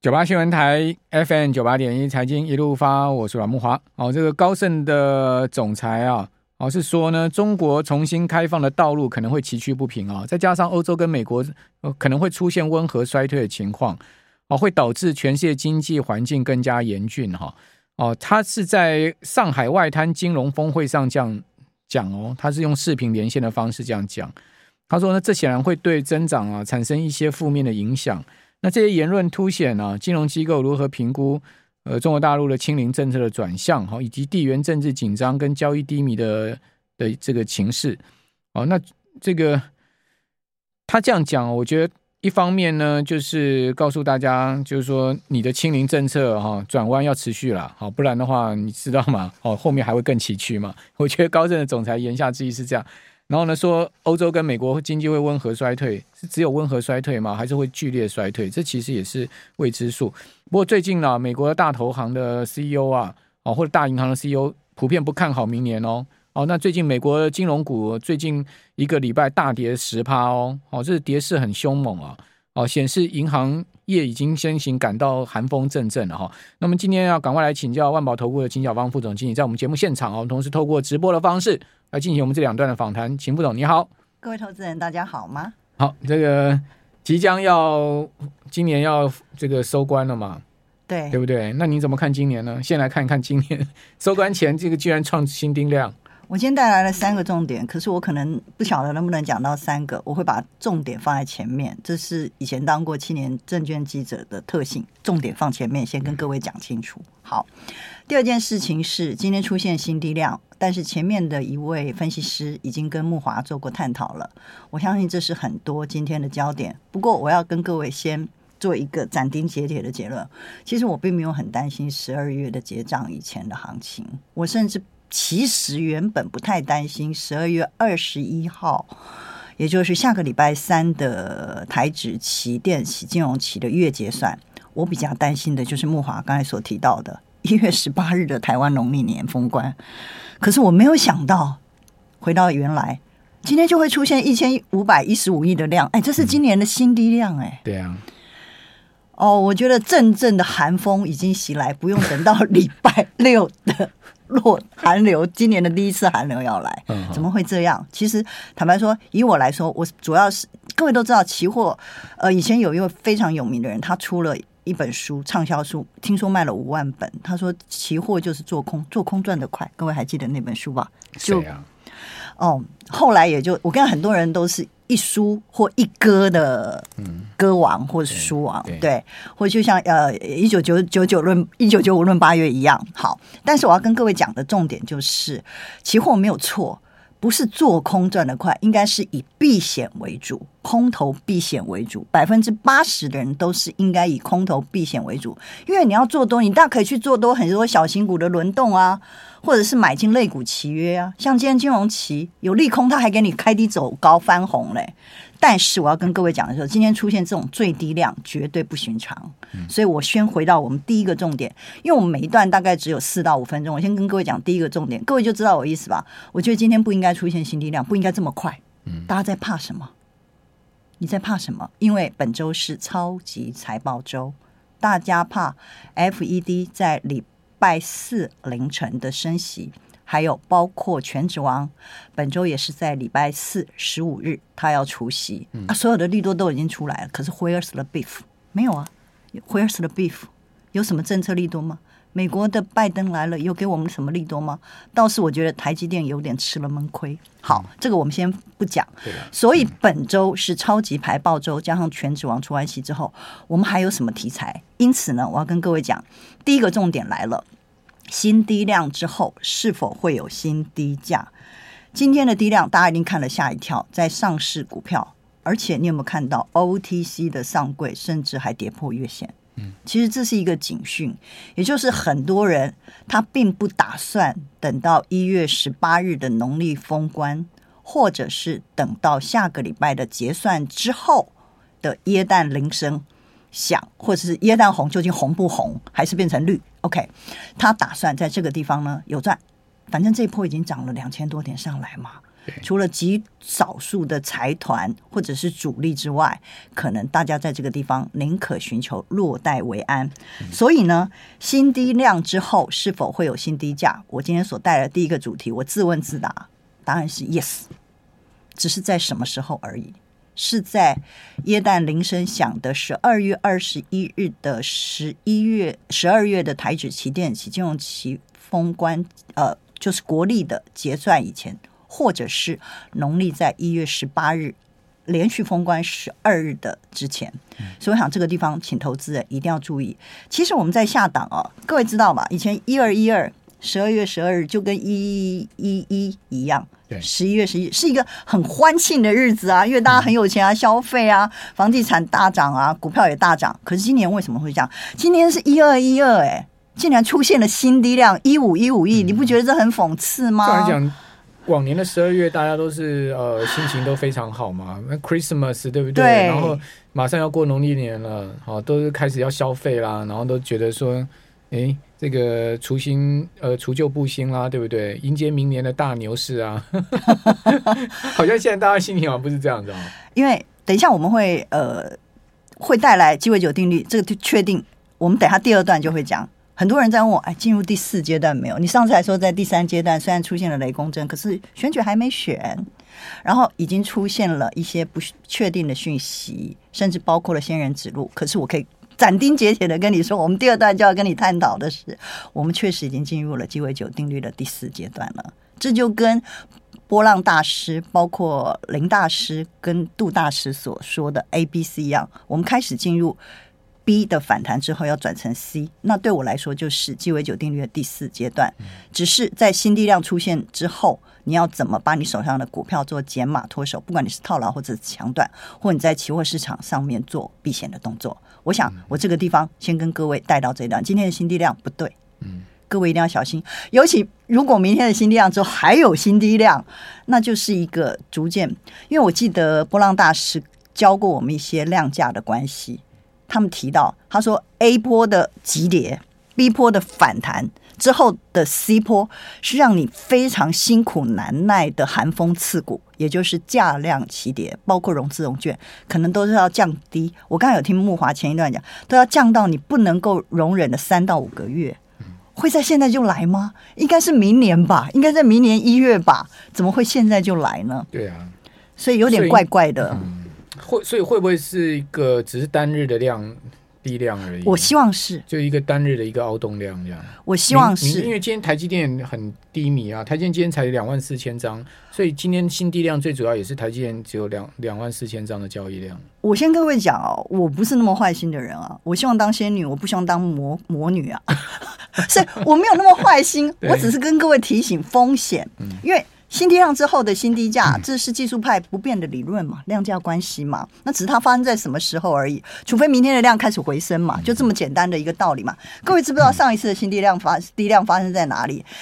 98新闻台 FM 98.1财经一路发，我是阮慕骅。这个高盛的总裁啊，是说呢，中国重新开放的道路可能会崎岖不平啊，再加上欧洲跟美国可能会出现温和衰退的情况，会导致全世界经济环境更加严峻哈。他是在上海外滩金融峰会上这样讲哦，他是用视频连线的方式这样讲。他说呢，这显然会对增长产生一些负面的影响。那这些言论凸显金融机构如何评估中国大陆的清零政策的转向，以及地缘政治紧张跟交易低迷的这个情势。那这个他这样讲，我觉得一方面呢，就是告诉大家，就是说你的清零政策转弯要持续啦，不然的话你知道吗？后面还会更崎岖嘛。我觉得高盛的总裁言下之意是这样。然后呢，说欧洲跟美国经济会温和衰退，是只有温和衰退吗？还是会剧烈衰退？这其实也是未知数。不过最近呢，美国的大投行的 CEO 或者大银行的 CEO 普遍不看好明年哦。那最近美国的金融股最近一个礼拜大跌 10% 哦，这跌势很凶猛显示银行业已经先行感到寒风阵阵了那么今天要赶快来请教万宝投顾的秦小芳副总经理，在我们节目现场同时透过直播的方式来进行我们这两段的访谈。秦副总你好。 各位投资人大家好吗？ 好，这个即将要今年要这个收官了嘛，对不对？那你怎么看今年呢？先来看看今年收官前这个居然创新低量。 我今天带来了3个重点，可是我可能不晓得能不能讲到3个，我会把重点放在前面，这是以前当过7年证券记者的特性，重点放前面，先跟各位讲清楚。好，第二件事情是今天出现新低量，但是前面的一位分析师已经跟慕骅做过探讨了，我相信这是很多今天的焦点。不过我要跟各位先做一个斩钉截铁的结论，其实我并没有很担心12月的结账以前的行情，我甚至其实原本不太担心12月21号，也就是下个礼拜3的台指期电期金融期的月结算。我比较担心的就是慕骅刚才所提到的1月18日的台湾农历年封关。可是我没有想到，回到原来今天就会出现1515亿的量，这是今年的新低量对啊。 我觉得阵阵的寒风已经袭来，不用等到礼拜6的寒流，今年的第一次寒流要来，怎么会这样？其实坦白说，以我来说，我主要是各位都知道，期货以前有一位非常有名的人，他出了一本书，畅销书，听说卖了5万本。他说期货就是做空，做空赚得快。各位还记得那本书吧？ 谁啊？ 后来也就我跟很多人都是一输或一歌的歌王或者书王，对，或者就像1995论8月一样。好，但是我要跟各位讲的重点就是，期货没有错，不是做空赚得快，应该是以避险为主，空头避险为主。80%的人都是应该以空头避险为主，因为你要做多，你大可以去做多很多小型股的轮动啊，或者是买进类股期约啊，像今天金融期有利空，它还给你开低走高翻红嘞。但是我要跟各位讲的时候，今天出现这种最低量绝对不寻常，所以我先回到我们第一个重点，因为我们每一段大概只有4到5分钟，我先跟各位讲第一个重点，各位就知道我意思吧。我觉得今天不应该出现新低量，不应该这么快。大家在怕什么？你在怕什么？因为本周是超级财报周，大家怕 FED 在礼拜4凌晨的升息，还有包括全指王本周也是在礼拜4 15日他要除息所有的利多都已经出来了，可是 Where's the beef？ 没有啊。 Where's the beef？ 有什么政策利多吗？美国的拜登来了有给我们什么利多吗？倒是我觉得台积电有点吃了闷亏。好，这个我们先不讲。所以本周是超级财报周，加上全指王出完息之后，我们还有什么题材？因此呢，我要跟各位讲，第一个重点来了，新低量之后是否会有新低价？今天的低量大家一定看了吓一跳，在上市股票，而且你有没有看到 OTC 的上柜甚至还跌破月线？其实这是一个警讯，也就是很多人他并不打算等到1月18日的农历封关，或者是等到下个礼拜的结算之后的耶诞铃声响，或者是耶诞红究竟红不红，还是变成绿 OK， 他打算在这个地方呢有赚，反正这一波已经涨了2000多点上来嘛， 除了极少数的财团或者是主力之外，可能大家在这个地方宁可寻求落袋为安。所以呢，新低量之后是否会有新低价？我今天所带来的第一个主题，我自问自答，答案是 yes， 只是在什么时候而已。是在耶诞铃声响的12月21日的12月的台指期电子期金融期封关，就是国历的结算以前，或者是农历在1月18日连续封关12日的之前。所以我想这个地方请投资人一定要注意。其实我们在下档各位知道吧，以前1212 12月12日就跟111一样，11月11日是一个很欢庆的日子啊，因为大家很有钱啊，消费啊，房地产大涨啊，股票也大涨。可是今年为什么会这样？今年是1212竟然出现了新低量1515亿，你不觉得这很讽刺吗？ 照来讲，往年的12月大家都是心情都非常好嘛 ，Christmas 对不对？ 对， 然后马上要过农历年了，都是开始要消费啦，然后都觉得说，这个除旧布新啦，对不对？迎接明年的大牛市啊，好像现在大家心情好像不是这样子因为等一下我们会带来鸡尾酒定律，这个确定，我们等一下第二段就会讲。很多人在问我，进入第4阶段没有？你上次还说在第3阶段，虽然出现了雷公针，可是选举还没选，然后已经出现了一些不确定的讯息，甚至包括了仙人指路。可是我可以斩钉截铁的跟你说，我们第二段就要跟你探讨的是，我们确实已经进入了鸡尾酒定律的第4阶段了。这就跟波浪大师，包括林大师跟杜大师所说的 ABC 一样，我们开始进入B 的反弹之后要转成 C， 那对我来说就是鸡尾酒定律的第4阶段。只是在新低量出现之后，你要怎么把你手上的股票做减码脱手，不管你是套牢或者是强短，或你在期货市场上面做避险的动作。我想我这个地方先跟各位带到这一段，今天的新低量不对，各位一定要小心，尤其如果明天的新低量之后还有新低量，那就是一个逐渐，因为我记得波浪大师教过我们一些量价的关系，他们提到，他说 A 波的急跌 B 波的反弹之后的 C 波是让你非常辛苦难耐的寒风刺骨，也就是价量齐跌，包括融资融券可能都是要降低。我刚才有听慕华前一段讲，都要降到你不能够容忍的3到5个月。会在现在就来吗？应该是明年吧，应该在明年1月吧，怎么会现在就来呢？ 对啊， 所以有点怪怪的。 所以会不会是一个只是单日的低量而已？ 我希望是， 就一个单日的一个凹动量这样。 我希望是， 因为今天台积电很低迷啊，台积电今天才24000张，所以今天新低量最主要也是台积电只有24000张的交易量。 我先跟各位讲我不是那么坏心的人啊，我希望当仙女，我不希望当魔女啊，所以我没有那么坏心，我只是跟各位提醒风险，因为新低量之后的新低价，这是技术派不变的理论嘛，量价关系嘛，那只是它发生在什么时候而已，除非明天的量开始回升嘛，就这么简单的一个道理嘛。各位知不知道上一次的新低量发生在哪里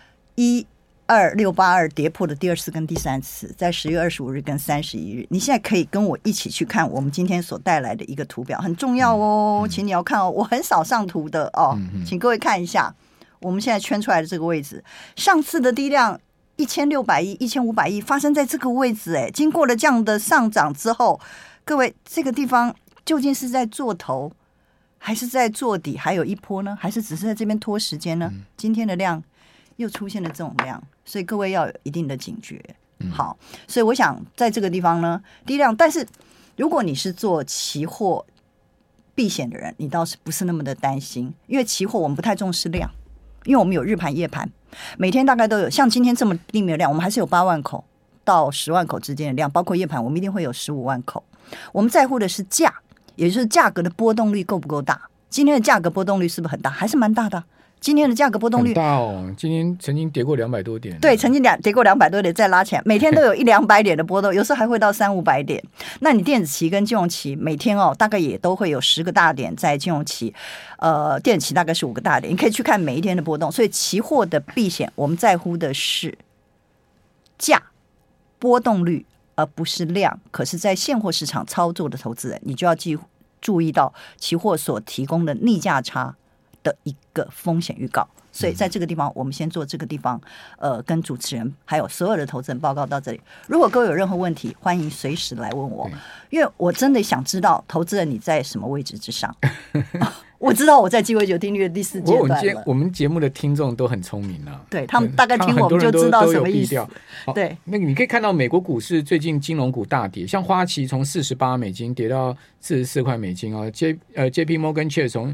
？12682跌破的第2次跟第3次，在10月25日跟31日。你现在可以跟我一起去看我们今天所带来的一个图表，很重要请你要看我很少上图的请各位看一下我们现在圈出来的这个位置，上次的低量1600亿、1500亿发生在这个位置，经过了这样的上涨之后，各位这个地方究竟是在做头，还是在做底，还有一波呢？还是只是在这边拖时间呢？今天的量又出现了这种量，所以各位要有一定的警觉。好，所以我想在这个地方呢，低量，但是如果你是做期货避险的人，你倒是不是那么的担心，因为期货我们不太重视量，因为我们有日盘夜盘，每天大概都有，像今天这么低迷的量，我们还是有8万口到10万口之间的量，包括夜盘我们一定会有15万口。我们在乎的是价，也就是价格的波动率够不够大。今天的价格波动率是不是很大？还是蛮大的。今天的价格波动率很大今天曾经跌过200多点。 对，曾经跌过200多点再拉起来，每天都有100-200点的波动，有时候还会到300-500点。那你电子期跟金融期每天大概也都会有10个大点在金融期，电子期大概是5个大点，你可以去看每一天的波动。所以期货的避险我们在乎的是价波动率而不是量。可是在现货市场操作的投资人，你就要注意到期货所提供的逆价差的一个风险预告。所以在这个地方，我们先做这个地方，跟主持人还有所有的投资人报告到这里。如果各位有任何问题，欢迎随时来问我，因为我真的想知道投资人你在什么位置之上。我知道我在鸡尾酒定律的第4阶段了。 我们节目的听众都很聪明啊， 对，他们大概听我们就知道什么意思。对， 那个你可以看到美国股市最近金融股大跌，像花旗从$48跌到$44啊，JP Morgan Chase 从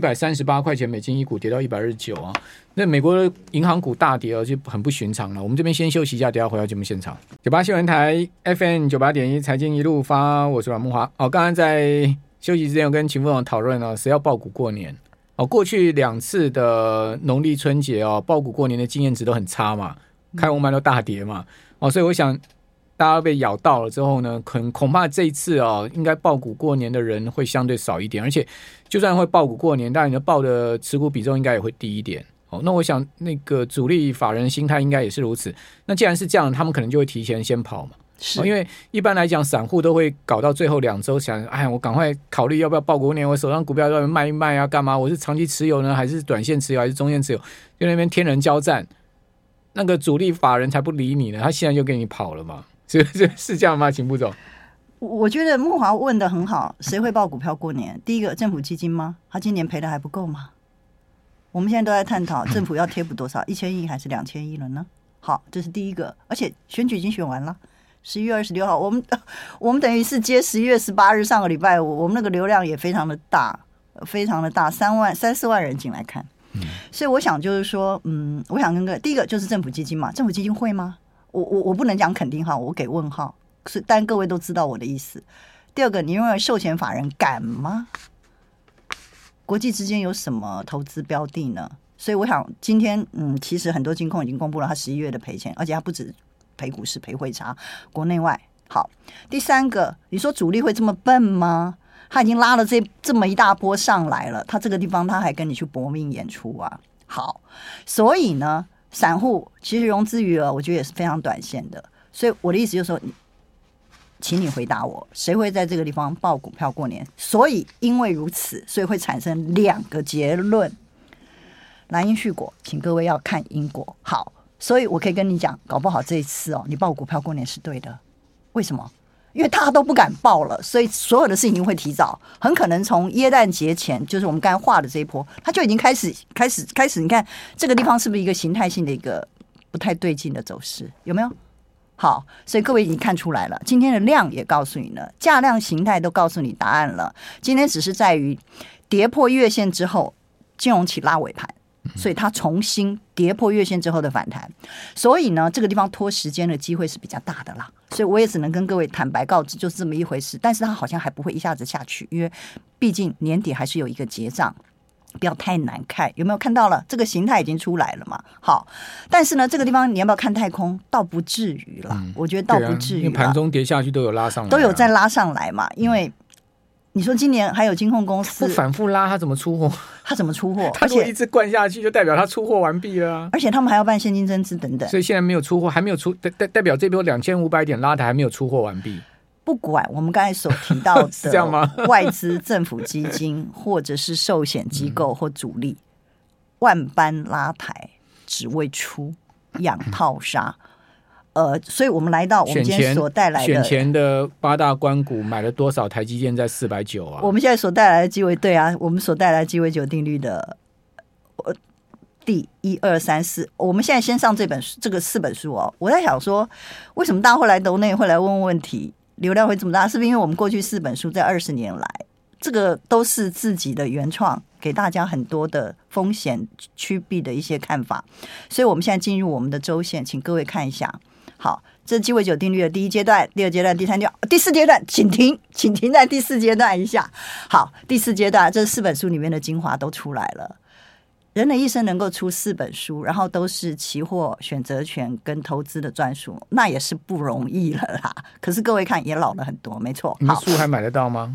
$138一股跌到129啊。那美国的银行股大跌就很不寻常了。我们这边先休息一下，等一下回到节目现场。98新闻台 FM 98.1财经一路发，我是阮慕骅。刚刚在休息之前，我跟秦副总讨论谁要抱股过年。过去2次的农历春节抱股过年的经验值都很差嘛，开红盘都大跌嘛。所以我想大家被咬到了之后呢，恐怕这一次应该抱股过年的人会相对少一点，而且就算会抱股过年，当然你的抱的持股比重应该也会低一点。那我想那个主力法人心态应该也是如此。那既然是这样，他们可能就会提前先跑嘛。因为一般来讲散户都会搞到最后2周想，我赶快考虑要不要抱股过年，我手上股票要卖一卖啊，干嘛？我是长期持有呢，还是短线持有，还是中线持有？就那边天人交战，那个主力法人才不理你呢，他现在就给你跑了嘛。是这样吗？秦副总， 我觉得慕骅问得很好，谁会抱股票过年？第一个，政府基金吗？他今年赔的还不够吗？我们现在都在探讨政府要贴补多少，1000亿还是2000亿了呢？好，这是第一个，而且选举已经选完了，11月26号，我们等于是接11月18日上个礼拜五，我们那个流量也非常的大，非常的大，3-4万人进来看。所以我想就是说，我想跟第一个就是政府基金嘛，政府基金会吗？我不能讲肯定哈，我给问号，但各位都知道我的意思。第二个，你认为寿险法人敢吗？国际之间有什么投资标的呢？所以我想今天其实很多金控已经公布了他11月的赔钱，而且他不止赔股市赔汇差，国内外。好，第三个，你说主力会这么笨吗？他已经拉了这么一大波上来了，他这个地方他还跟你去搏命演出啊。好，所以呢，散户其实融资余额我觉得也是非常短线的，所以我的意思就是说，请你回答我，谁会在这个地方抱股票过年？所以因为如此，所以会产生2个结论。蓝因絮果，请各位要看因果。好，所以我可以跟你讲，搞不好这一次你抱股票过年是对的。为什么？因为他都不敢抱了，所以所有的事情会提早，很可能从耶诞节前，就是我们刚才画的这一波，他就已经开始。你看这个地方是不是一个形态性的一个不太对劲的走势？有没有？好，所以各位已经看出来了，今天的量也告诉你了，价量形态都告诉你答案了。今天只是在于跌破月线之后，金融起拉尾盘，所以它重新跌破月线之后的反弹，所以呢，这个地方拖时间的机会是比较大的啦。所以我也只能跟各位坦白告知，就是这么一回事。但是它好像还不会一下子下去，因为毕竟年底还是有一个结账。不要太难看，有没有看到了？这个形态已经出来了嘛？好，但是呢，这个地方你要不要看太空？倒不至于了，我觉得倒不至于了。因为盘中跌下去都有拉上来， 都有再拉上来嘛。因为你说今年还有金控公司不反复拉，他怎么出货？ 他怎么出货？ 他如果一直灌下去，就代表他出货完毕了啊。 而且他们还要办现金增资等等， 所以现在没有出货，还没有出，代表这波2500点拉抬还没有出货完毕。 不管我们刚才所提到的外资、政府基金，或者是寿险机构或主力，万般拉抬只为出养套杀。所以我们来到我们今天所带来的选前的8大官股买了多少台积电在490啊？ 我们现在所带来的鸡尾对啊，我们所带来的鸡尾酒定律的第1、2、3、4，我们现在先上这个4本书哦。我在想说，为什么大家会来抖内会来问问题？流量会这么大，是不是因为我们过去4本书在20年来，这个都是自己的原创，给大家很多的风险趋避的一些看法。所以我们现在进入我们的周线，请各位看一下。好，这是鸡尾酒定律的第1阶段、第2阶段、第3阶段、第4阶段，请停在第4阶段一下。好，第4阶段，这4本书里面的精华都出来了。人的一生能够出4本书，然后都是期货、选择权跟投资的专书，那也是不容易了啦。可是各位看，也老了很多，没错。 你们书还买得到吗？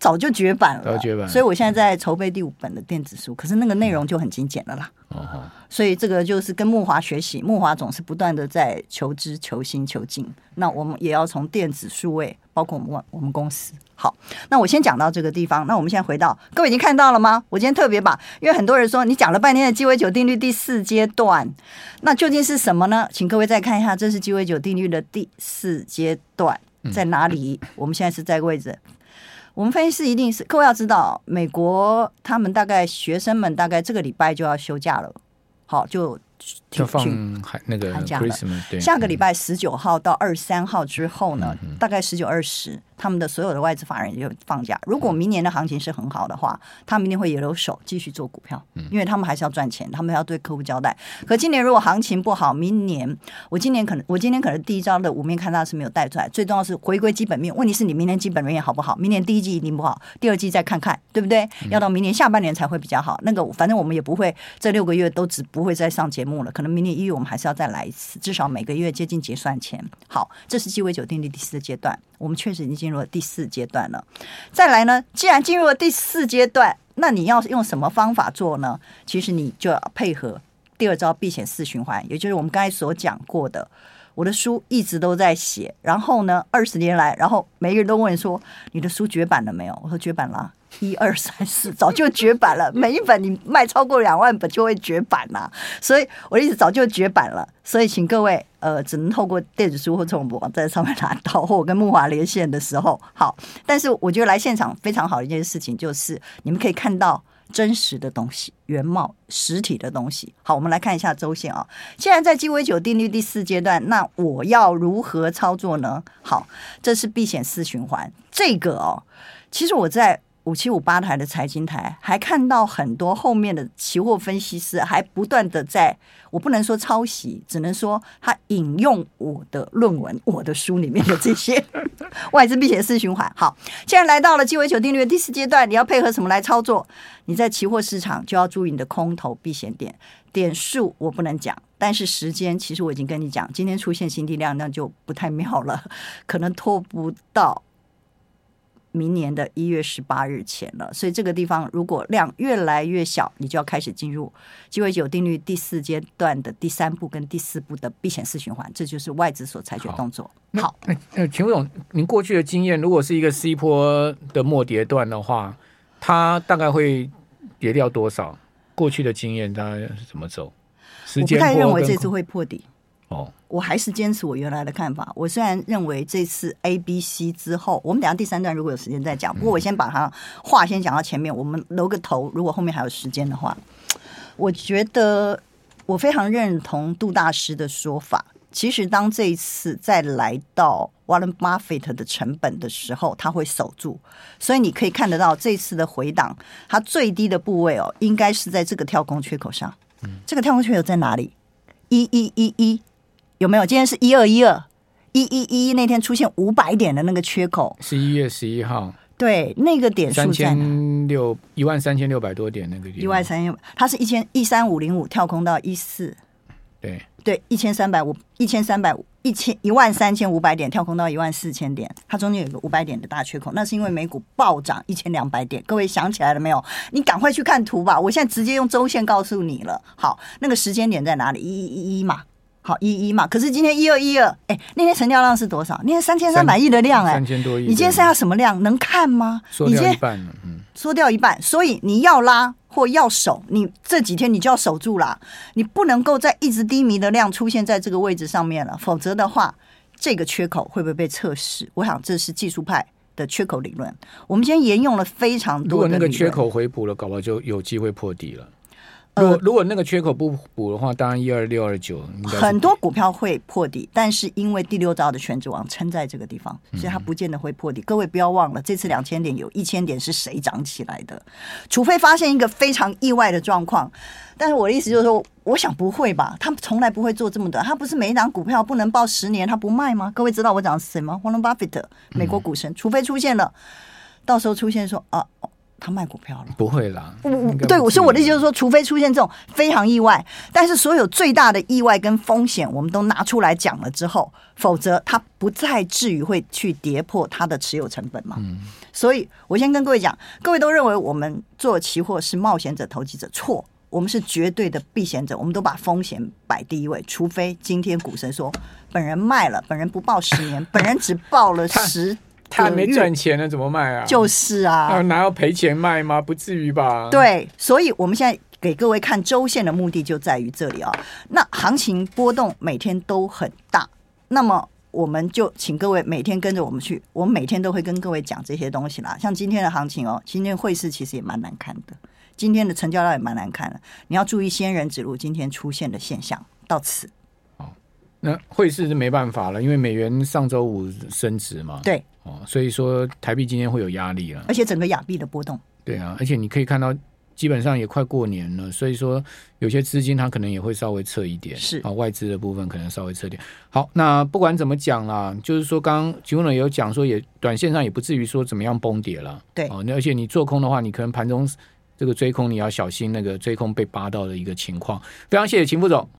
早就绝版了，所以我现在在筹备第5本的电子书，可是那个内容就很精简了啦。所以这个就是跟木华学习，木华总是不断的在求知、求新、求进。那我们也要从电子数位，包括我们公司。好，那我先讲到这个地方。那我们现在回到，各位已经看到了吗？我今天特别把，因为很多人说你讲了半天的鸡尾酒定律第4阶段，那究竟是什么呢？请各位再看一下，这是鸡尾酒定律的第4阶段在哪里？我们现在是在位置。我们分析师一定是，各位要知道，美国他们大概学生们大概这个礼拜就要休假了，好，就放那个寒假了。 对， 下个礼拜19号到23号之后呢，大概19、20，他们的所有的外资法人就放假。如果明年的行情是很好的话，他们一定会留手继续做股票，因为他们还是要赚钱，他们要对客户交代。可今年如果行情不好，明年我今天可能第一招的5面看大是没有带出来，最重要是回归基本面。问题是你明年基本面好不好？明年第一季一定不好，第二季再看看，对不对？要到明年下半年才会比较好。那个反正我们也不会这6个月都只不会再上节目了，可能明年1月我们还是要再来一次，至少每个月接近结算前。好，这是鸡尾酒定律第4阶段，我们确实已经进入了第4阶段了。再来呢，既然进入了第4阶段，那你要用什么方法做呢？其实你就要配合第2招避险4循环，也就是我们刚才所讲过的。我的书一直都在写，然后呢，20年来，然后每个人都问说你的书绝版了没有？我说绝版了，1、2、3、4早就绝版了，每一本你卖超过2万本就会绝版啦，所以我的意思早就绝版了。所以请各位只能透过电子书或从网站上面拿到，或我跟木华连线的时候，好。但是我觉得来现场非常好的一件事情就是你们可以看到真实的东西，原貌实体的东西。好，我们来看一下周线啊。现在在鸡尾酒定律第4阶段，那我要如何操作呢？好，这是避险4循环。这个其实我在5758台的财经台还看到很多后面的期货分析师还不断的在，我不能说抄袭，只能说他引用我的论文、我的书里面的这些外资避险4循环。好，现在来到了鸡尾酒定律的第4阶段，你要配合什么来操作？你在期货市场就要注意你的空头避险点数，我不能讲，但是时间其实我已经跟你讲，今天出现新低量，那就不太妙了，可能拖不到明年的1月18日前了。所以这个地方如果量越来越小，你就要开始进入鸡尾酒定律第4阶段的第3步跟第4步的避险4循环，这就是外资所采取的动作。好， 请问您过去的经验，如果是一个 C 波的末跌段的话，它大概会跌掉多少？过去的经验大概是怎么走？时间波，我不太认为这次会破底。我还是坚持我原来的看法。我虽然认为这次 A、B、C 之后，我们等一下第3段如果有时间再讲。不过我先把它话先讲到前面，我们留个头。如果后面还有时间的话，我觉得我非常认同杜大师的说法。其实当这一次再来到 Warren Buffett 的成本的时候，他会守住。所以你可以看得到这次的回档，它最低的部位应该是在这个跳空缺口上。这个跳空缺口在哪里？1111。有没有？今天是1212，1111那天出现500点的那个缺口 ，11月11号， 对，那个点数在 13600多点那个地方 ，13600，它是13505跳空到14，对，13500，13500，13500点跳空到14000点，它中间有一个500点的大缺口，那是因为美股暴涨1200点。各位想起来了没有？你赶快去看图吧，我现在直接用周线告诉你了。好，那个时间点在哪里？1111嘛。好，11嘛，可是今天1212，那天成交量是多少？那天3300亿的量 ，3000多亿。 你今天剩下什么量？能看吗？ 缩掉一半了， 缩掉一半。所以你要拉或要守，你这几天你就要守住啦，你不能够再一直低迷的量出现在这个位置上面了，否则的话，这个缺口会不会被测试？我想这是技术派的缺口理论。我们今天沿用了非常多的理论。如果那个缺口回补了，搞不好就有机会破底了。如果那个缺口不补的话，当然126、129 很多股票会破底，但是因为第6招的权值网撑在这个地方，所以它不见得会破底。各位不要忘了，这次2000点有1000点是谁涨起来的？除非发现一个非常意外的状况。但是我的意思就是说，我想不会吧？他从来不会做这么短。他不是每一档股票不能报10年，他不卖吗？各位知道我讲的是谁吗？ Warren Buffett， 美国股神。除非出现了，到时候出现说他卖股票了？ 不会啦。 对，所以我的意思就是说，除非出现这种非常意外，但是所有最大的意外跟风险，我们都拿出来讲了之后，否则他不再至于会去跌破他的持有成本嘛。所以我先跟各位讲，各位都认为我们做期货是冒险者、投机者，错。我们是绝对的避险者，我们都把风险摆第一位，除非今天股神说本人卖了，本人不报10年，本人只报了10。 他还没赚钱呢，怎么卖啊？ 就是啊， 哪要赔钱卖吗？不至于吧？ 对，所以我们现在给各位看周线的目的就在于这里啊。那行情波动每天都很大，那么我们就请各位每天跟着我们去，我们每天都会跟各位讲这些东西啦。像今天的行情哦，今天汇市其实也蛮难看的，今天的成交量也蛮难看的，你要注意仙人指路今天出现的现象。到此。 那汇市是没办法了，因为美元上周五升值嘛， 对， 所以说台币今天会有压力了， 而且整个亚币的波动， 对啊，而且你可以看到，基本上也快过年了，所以说有些资金它可能也会稍微撤一点， 是外资的部分可能稍微撤一点。好，那不管怎么讲啦，就是说刚刚请问也有讲说，也短线上也不至于说怎么样崩跌了， 对， 而且你做空的话，你可能盘中这个追空你要小心那个追空被扒到的一个情况。非常谢谢秦副总。